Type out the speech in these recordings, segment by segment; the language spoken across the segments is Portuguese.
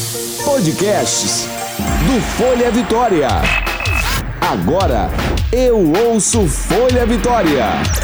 Podcasts do Folha Vitória. Agora eu ouço Folha Vitória.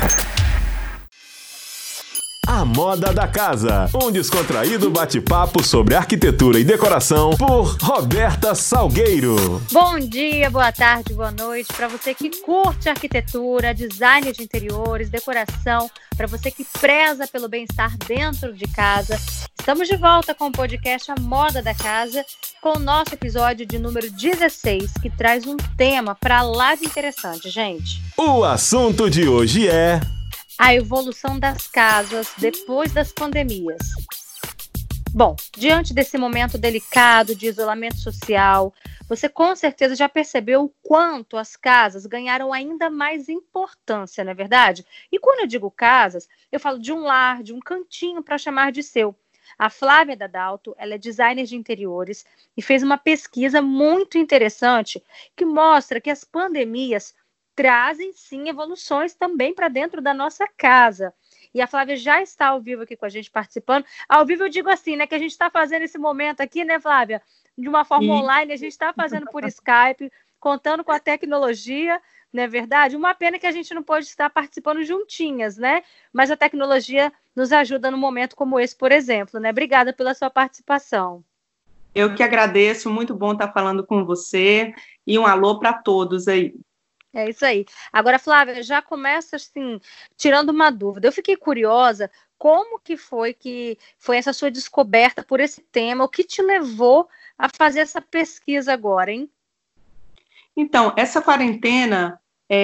A Moda da Casa, um descontraído bate-papo sobre arquitetura e decoração por Roberta Salgueiro. Bom dia, boa tarde, boa noite para você que curte arquitetura, design de interiores, decoração, para você que preza pelo bem-estar dentro de casa. Estamos de volta com o podcast A Moda da Casa, com o nosso episódio de número 16, que traz um tema para lá de interessante, gente. O assunto de hoje é a evolução das casas depois das pandemias. Bom, diante desse momento delicado de isolamento social, você com certeza já percebeu o quanto as casas ganharam ainda mais importância, não é verdade? E quando eu digo casas, eu falo de um lar, de um cantinho para chamar de seu. A Flávia Dadalto, ela é designer de interiores e fez uma pesquisa muito interessante que mostra que as pandemias trazem sim evoluções também para dentro da nossa casa. E a Flávia já está ao vivo aqui com a gente participando. Ao vivo eu digo assim, né, que a gente está fazendo esse momento aqui, né, Flávia? De uma forma online, a gente está fazendo por Skype, contando com a tecnologia, não é verdade? Uma pena que a gente não pode estar participando juntinhas, né? Mas a tecnologia nos ajuda num momento como esse, por exemplo, né? Obrigada pela sua participação. Eu que agradeço, muito bom estar falando com você e um alô para todos aí. É isso aí. Agora, Flávia, já começa assim, tirando uma dúvida. Eu fiquei curiosa, como que foi essa sua descoberta por esse tema? O que te levou a fazer essa pesquisa agora, hein? Então, essa quarentena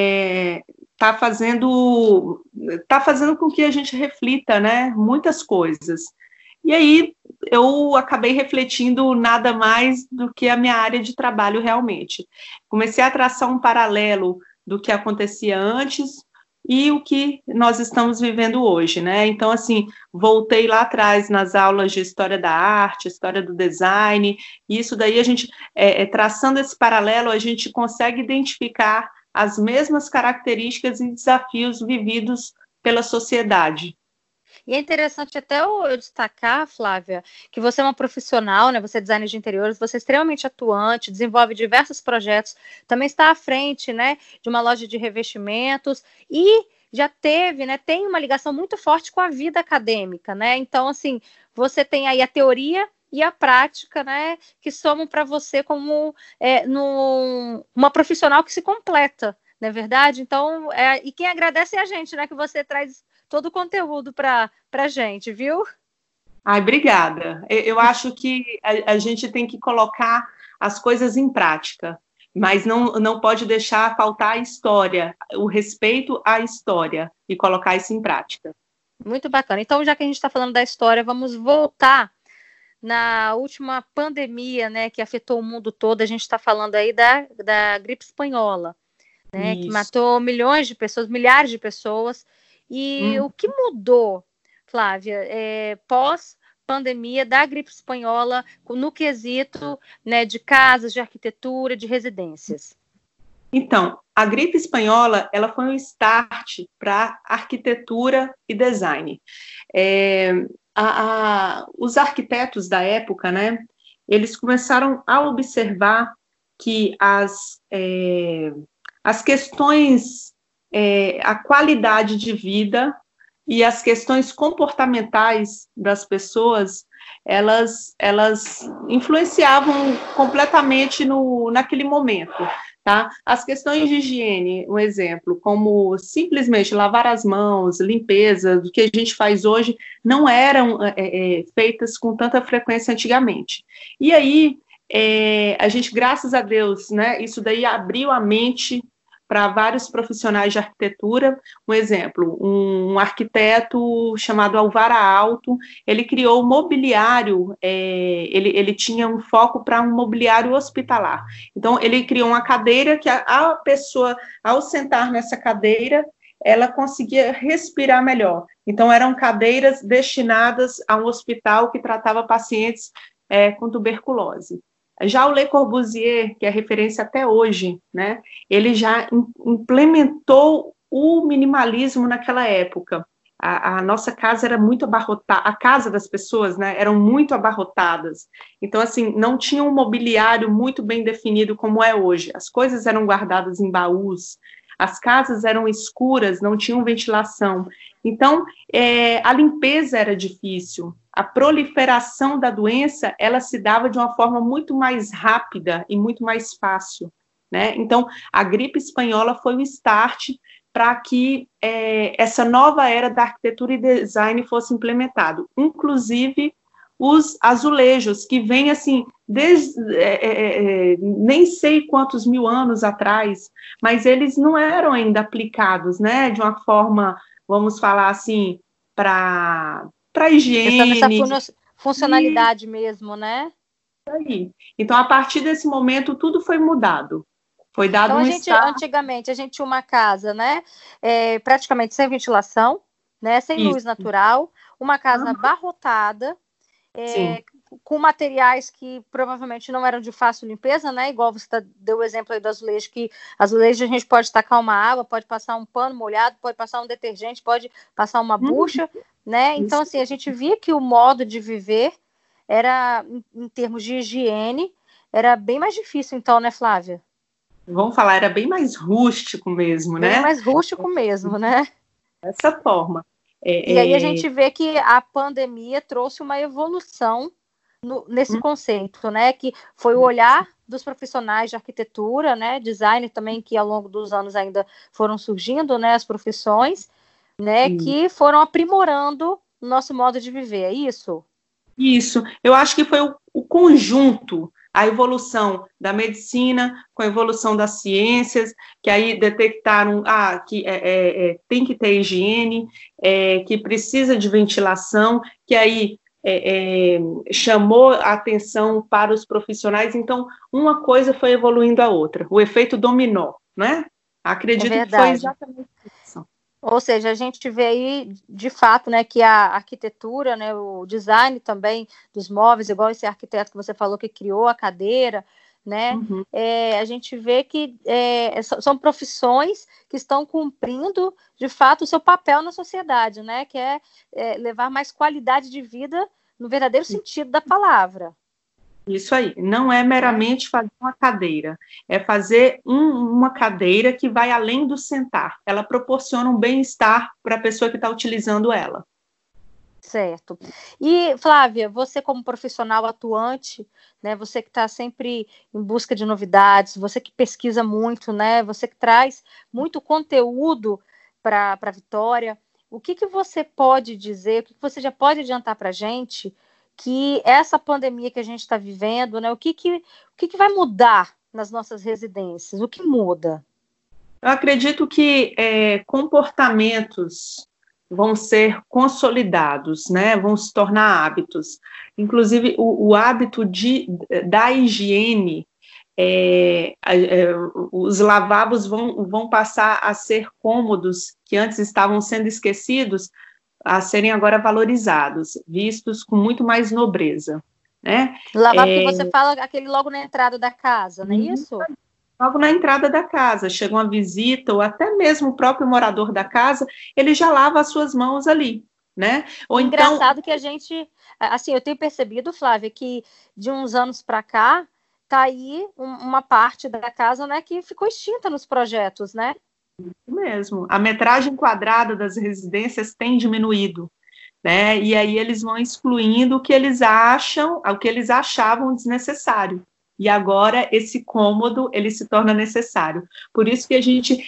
tá fazendo com que a gente reflita, né, muitas coisas. E aí eu acabei refletindo nada mais do que a minha área de trabalho realmente. Comecei a traçar um paralelo do que acontecia antes e o que nós estamos vivendo hoje, né? Então, assim, voltei lá atrás nas aulas de História da Arte, História do Design, e isso daí a gente, traçando esse paralelo, a gente consegue identificar as mesmas características e desafios vividos pela sociedade. E é interessante até eu destacar, Flávia, que você é uma profissional, né? Você é designer de interiores, você é extremamente atuante, desenvolve diversos projetos, também está à frente, né, de uma loja de revestimentos e já teve, né, tem uma ligação muito forte com a vida acadêmica, né? Então, assim, você tem aí a teoria e a prática, né, que somam para você como uma profissional que se completa, não é verdade? Então, e quem agradece é a gente, né, que você traz todo o conteúdo para a gente, viu? Ai, obrigada. Eu acho que a gente tem que colocar as coisas em prática, mas não pode deixar faltar a história, o respeito à história e colocar isso em prática. Muito bacana. Então, já que a gente está falando da história, vamos voltar na última pandemia, né, que afetou o mundo todo. A gente está falando aí da gripe espanhola, né, que matou milhões de pessoas, milhares de pessoas. E o que mudou, Flávia, pós-pandemia da gripe espanhola no quesito, né, de casas, de arquitetura, de residências? Então, a gripe espanhola, ela foi um start para arquitetura e design. Os arquitetos da época, né, eles começaram a observar que as questões, a qualidade de vida e as questões comportamentais das pessoas, elas influenciavam completamente naquele momento, tá? As questões de higiene, um exemplo, como simplesmente lavar as mãos, limpeza, do que a gente faz hoje, não eram feitas com tanta frequência antigamente. E aí, a gente, graças a Deus, né, isso daí abriu a mente para vários profissionais de arquitetura. Um exemplo, um arquiteto chamado Alvaro Aalto, ele criou mobiliário, ele tinha um foco para um mobiliário hospitalar. Então, ele criou uma cadeira que a pessoa, ao sentar nessa cadeira, ela conseguia respirar melhor. Então, eram cadeiras destinadas a um hospital que tratava pacientes com tuberculose. Já o Le Corbusier, que é referência até hoje, né, ele já implementou o minimalismo naquela época. a nossa casa era muito abarrotada, a casa das pessoas, né, eram muito abarrotadas. Então, assim, não tinha um mobiliário muito bem definido como é hoje. As coisas eram guardadas em baús, as casas eram escuras, não tinham ventilação. Então, a limpeza era difícil. A proliferação da doença, ela se dava de uma forma muito mais rápida e muito mais fácil, né? Então, a gripe espanhola foi o start para que essa nova era da arquitetura e design fosse implementado, inclusive os azulejos, que vêm assim, nem sei quantos mil anos atrás, mas eles não eram ainda aplicados, né, de uma forma, vamos falar assim, para higiene. Nessa funcionalidade mesmo, né? Aí. Então, a partir desse momento, tudo foi mudado. Foi dado antigamente, a gente tinha uma casa, né, praticamente sem ventilação, né, sem luz natural, uma casa abarrotada, com materiais que provavelmente não eram de fácil limpeza, né, igual você deu o exemplo aí do azulejo, que azulejo a gente pode tacar uma água, pode passar um pano molhado, pode passar um detergente, pode passar uma bucha, né, então assim, a gente via que o modo de viver era, em termos de higiene, era bem mais difícil então, né, Flávia? Vamos falar, era bem mais rústico mesmo, né? Bem mais rústico mesmo, né? Dessa forma. E aí a gente vê que a pandemia trouxe uma evolução nesse conceito, né? Que foi o olhar dos profissionais de arquitetura, né? Design também, que ao longo dos anos ainda foram surgindo, né? As profissões, né? Que foram aprimorando o nosso modo de viver, é isso? Isso. Eu acho que foi o conjunto, a evolução da medicina com a evolução das ciências, que aí detectaram que tem que ter higiene, que precisa de ventilação, que aí chamou a atenção para os profissionais. Então, uma coisa foi evoluindo a outra, o efeito dominó, né? Acredito que foi exatamente isso. Ou seja, a gente vê aí, de fato, né, que a arquitetura, né, o design também dos móveis, igual esse arquiteto que você falou que criou a cadeira, né, a gente vê que são profissões que estão cumprindo, de fato, o seu papel na sociedade, né, que é levar mais qualidade de vida no verdadeiro sentido da palavra. Isso aí, não é meramente fazer uma cadeira, é fazer uma cadeira que vai além do sentar, ela proporciona um bem-estar para a pessoa que está utilizando ela. Certo. E, Flávia, você como profissional atuante, né, você que está sempre em busca de novidades, você que pesquisa muito, né, você que traz muito conteúdo para a Vitória, o que você pode dizer, o que você já pode adiantar para a gente que essa pandemia que a gente está vivendo, né, o que vai mudar nas nossas residências? O que muda? Eu acredito que comportamentos vão ser consolidados, né, vão se tornar hábitos. Inclusive, o hábito da higiene, os lavabos vão passar a ser cômodos, que antes estavam sendo esquecidos, a serem agora valorizados, vistos com muito mais nobreza, né? Lavabo que você fala aquele logo na entrada da casa, não é isso? Logo na entrada da casa, chega uma visita, ou até mesmo o próprio morador da casa, ele já lava as suas mãos ali, né? Ou engraçado que a gente, assim, eu tenho percebido, Flávia, que de uns anos para cá, tá aí uma parte da casa, né, que ficou extinta nos projetos, né? Mesmo. A metragem quadrada das residências tem diminuído, né? E aí eles vão excluindo o que eles achavam desnecessário. E agora esse cômodo ele se torna necessário. Por isso que a gente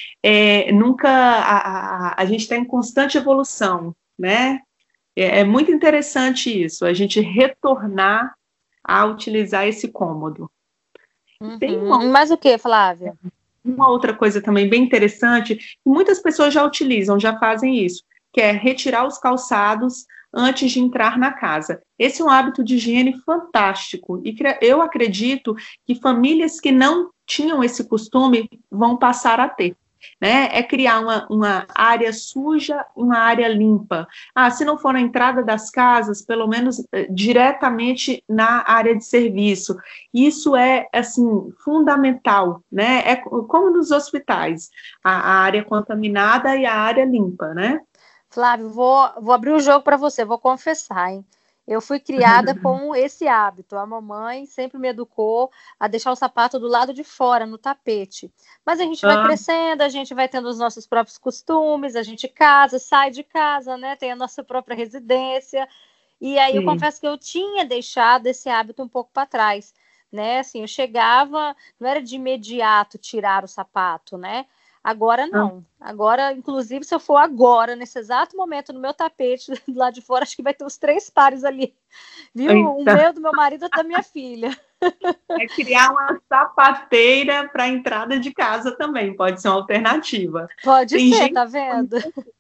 a gente está em constante evolução, né? É muito interessante isso, a gente retornar a utilizar esse cômodo. Mas o que, Flávia? Uma outra coisa também bem interessante, que muitas pessoas já utilizam, já fazem isso, que é retirar os calçados antes de entrar na casa. Esse é um hábito de higiene fantástico, e eu acredito que famílias que não tinham esse costume vão passar a ter, né? É criar uma área suja, uma área limpa. Se não for na entrada das casas, pelo menos diretamente na área de serviço. Isso é, assim, fundamental, né? É como nos hospitais, a área contaminada e a área limpa, né? Flávio, vou abrir o jogo para você, vou confessar, hein? Eu fui criada com esse hábito. A mamãe sempre me educou a deixar o sapato do lado de fora, no tapete. Mas a gente vai crescendo, a gente vai tendo os nossos próprios costumes, a gente casa, sai de casa, né? Tem a nossa própria residência. E aí eu confesso que eu tinha deixado esse hábito um pouco para trás, né? Assim, eu chegava, não era de imediato tirar o sapato, né? Agora não. Agora, inclusive, se eu for agora, nesse exato momento, no meu tapete, do lado de fora, acho que vai ter uns 3 pares ali. Viu? Então, o meu, do meu marido, da minha filha. É criar uma sapateira para a entrada de casa também, pode ser uma alternativa. Pode ser, tá vendo?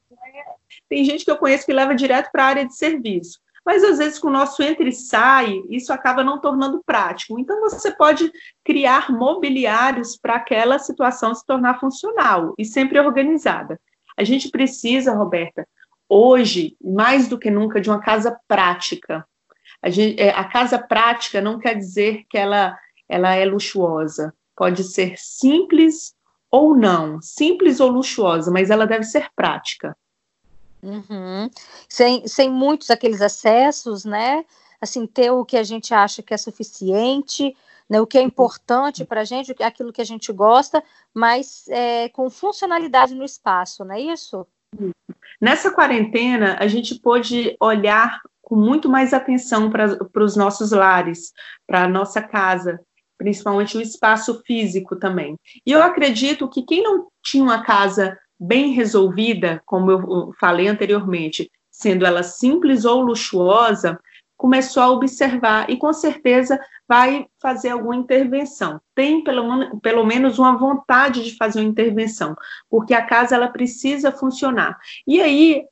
Tem gente que eu conheço que leva direto para a área de serviço. Mas, às vezes, com o nosso entra e sai, isso acaba não tornando prático. Então, você pode criar mobiliários para aquela situação se tornar funcional e sempre organizada. A gente precisa, Roberta, hoje, mais do que nunca, de uma casa prática. A casa prática não quer dizer que ela é luxuosa. Pode ser simples ou não, simples ou luxuosa, mas ela deve ser prática. Uhum. Sem muitos aqueles excessos, né? Assim, ter o que a gente acha que é suficiente, né? O que é importante para a gente, aquilo que a gente gosta, mas com funcionalidade no espaço, não é isso? Nessa quarentena, a gente pôde olhar com muito mais atenção para os nossos lares, para a nossa casa, principalmente o espaço físico também. E eu acredito que quem não tinha uma casa bem resolvida, como eu falei anteriormente, sendo ela simples ou luxuosa, começou a observar e com certeza vai fazer alguma intervenção. Tem pelo menos uma vontade de fazer uma intervenção, porque a casa ela precisa funcionar. E aí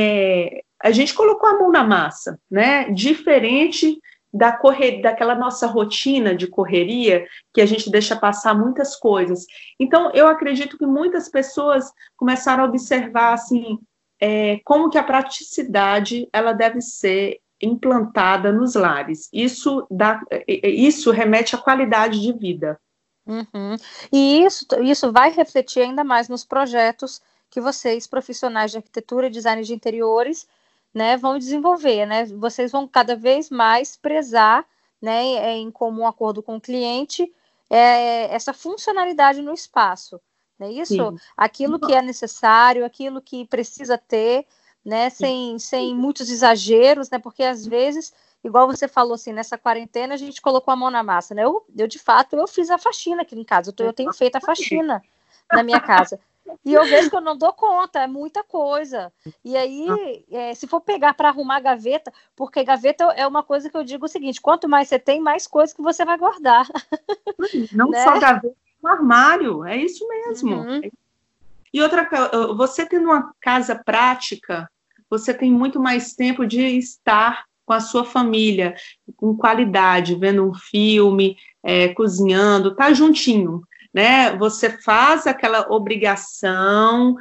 a gente colocou a mão na massa, né? Diferente daquela nossa rotina de correria, que a gente deixa passar muitas coisas. Então, eu acredito que muitas pessoas começaram a observar, assim, como que a praticidade, ela deve ser implantada nos lares. Isso remete à qualidade de vida. Uhum. E isso vai refletir ainda mais nos projetos que vocês, profissionais de arquitetura e design de interiores, né, vão desenvolver, né? Vocês vão cada vez mais prezar, né, em comum acordo com o cliente, essa funcionalidade no espaço, né? Isso, Sim. aquilo que é necessário, aquilo que precisa ter, né, sem muitos exageros, né? Porque às vezes, igual você falou assim, nessa quarentena a gente colocou a mão na massa, né? De fato, eu fiz a faxina aqui em casa, eu tenho feito a faxina na minha casa. E eu vejo que eu não dou conta, é muita coisa. E aí, se for pegar para arrumar gaveta, porque gaveta é uma coisa que eu digo o seguinte, quanto mais você tem, mais coisas que você vai guardar. Não né? só gaveta, um armário, é isso mesmo. Uhum. E outra coisa, você tendo uma casa prática, você tem muito mais tempo de estar com a sua família, com qualidade, vendo um filme, cozinhando, tá juntinho. Né? Você faz aquela obrigação,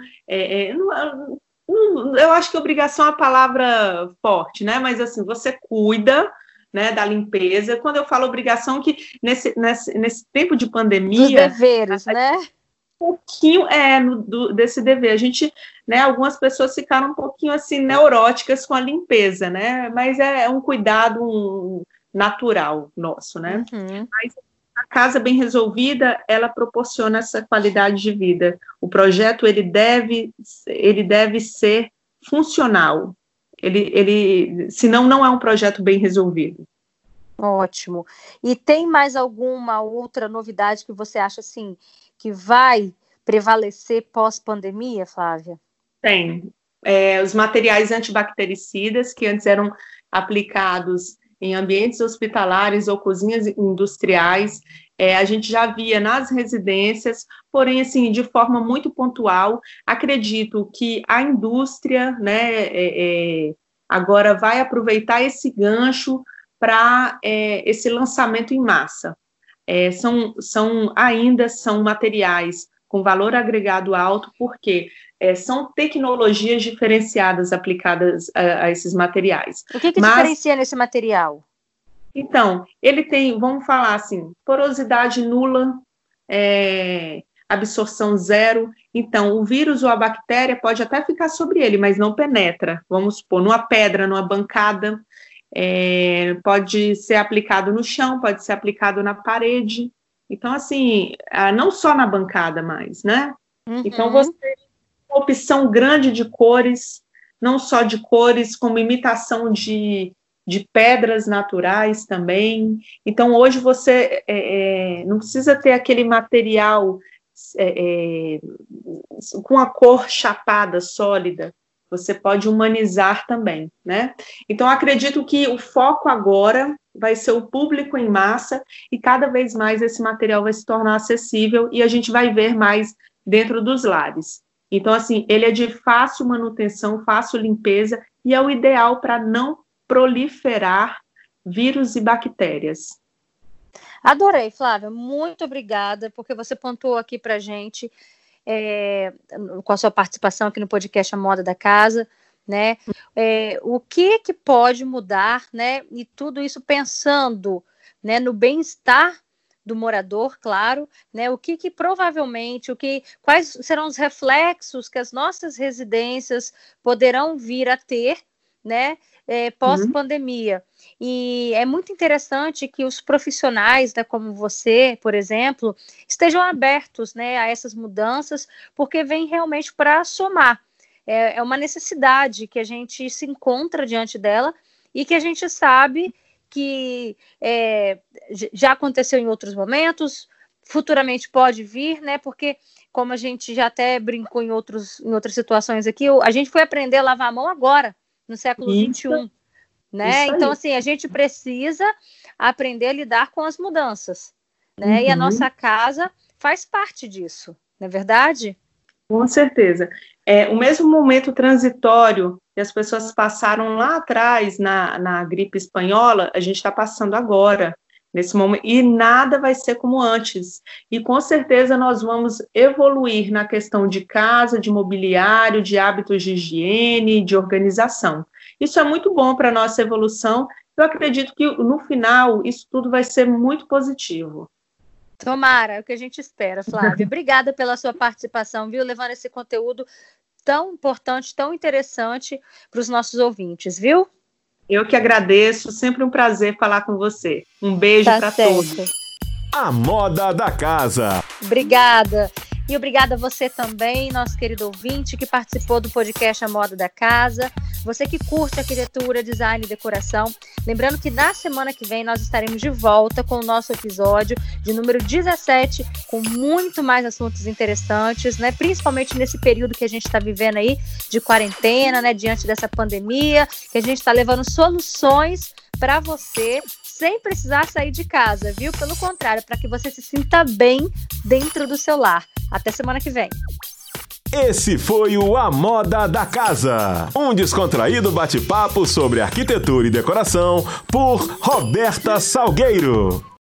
eu acho que obrigação é uma palavra forte, né? Mas assim, você cuida, né, da limpeza. Quando eu falo obrigação, que nesse tempo de pandemia... Dos deveres, né? Um pouquinho desse dever. A gente, né, algumas pessoas ficaram um pouquinho assim neuróticas com a limpeza, né? Mas é um cuidado natural nosso, né? Uhum. Mas a casa bem resolvida, ela proporciona essa qualidade de vida. O projeto, ele deve ser funcional. Senão não é um projeto bem resolvido. Ótimo. E tem mais alguma outra novidade que você acha, assim, que vai prevalecer pós-pandemia, Flávia? Tem. Os materiais antibactericidas, que antes eram aplicados em ambientes hospitalares ou cozinhas industriais, a gente já via nas residências, porém, assim, de forma muito pontual. Acredito que a indústria, né, agora vai aproveitar esse gancho para esse lançamento em massa. Ainda são materiais com valor agregado alto, porque são tecnologias diferenciadas aplicadas a esses materiais. O que diferencia nesse material? Então, ele tem, vamos falar assim, porosidade nula, absorção zero. Então, o vírus ou a bactéria pode até ficar sobre ele, mas não penetra. Vamos supor, numa pedra, numa bancada, pode ser aplicado no chão, pode ser aplicado na parede. Então, assim, não só na bancada mais, né? Uhum. Então, você tem uma opção grande de cores, não só de cores, como imitação de pedras naturais também. Então, hoje você não precisa ter aquele material com a cor chapada, sólida. Você pode humanizar também, né? Então, acredito que o foco agora vai ser o público em massa e cada vez mais esse material vai se tornar acessível e a gente vai ver mais dentro dos lares. Então, assim, ele é de fácil manutenção, fácil limpeza e é o ideal para não proliferar vírus e bactérias. Adorei, Flávia, muito obrigada, porque você pontuou aqui para a gente, com a sua participação aqui no podcast A Moda da Casa, né, o que pode mudar, né, e tudo isso pensando, né, no bem-estar do morador, claro, né, o que provavelmente, quais serão os reflexos que as nossas residências poderão vir a ter, né, pós-pandemia. E é muito interessante que os profissionais, né, como você, por exemplo, estejam abertos, né, a essas mudanças, porque vem realmente para somar. É uma necessidade que a gente se encontra diante dela e que a gente sabe que já aconteceu em outros momentos, futuramente pode vir, né, porque como a gente já até brincou em outras situações aqui, a gente foi aprender a lavar a mão agora, no século XXI, né? Então, assim, a gente precisa aprender a lidar com as mudanças, né? Uhum. E a nossa casa faz parte disso, não é verdade? Com certeza. O mesmo momento transitório que as pessoas passaram lá atrás na gripe espanhola, a gente está passando agora, nesse momento, e nada vai ser como antes. E com certeza nós vamos evoluir na questão de casa, de mobiliário, de hábitos de higiene, de organização. Isso é muito bom para a nossa evolução. Eu acredito que no final isso tudo vai ser muito positivo. Tomara, é o que a gente espera, Flávia. Obrigada pela sua participação, viu? Levando esse conteúdo tão importante, tão interessante para os nossos ouvintes, viu? Eu que agradeço, sempre um prazer falar com você. Um beijo para todos. A Moda da Casa. Obrigada. E obrigada a você também, nosso querido ouvinte, que participou do podcast A Moda da Casa. Você que curte arquitetura, design e decoração. Lembrando que na semana que vem nós estaremos de volta com o nosso episódio de número 17, com muito mais assuntos interessantes, né? Principalmente nesse período que a gente está vivendo aí de quarentena, né? Diante dessa pandemia, que a gente está levando soluções para você sem precisar sair de casa, viu? Pelo contrário, para que você se sinta bem dentro do seu lar. Até semana que vem. Esse foi o A Moda da Casa, um descontraído bate-papo sobre arquitetura e decoração por Roberta Salgueiro.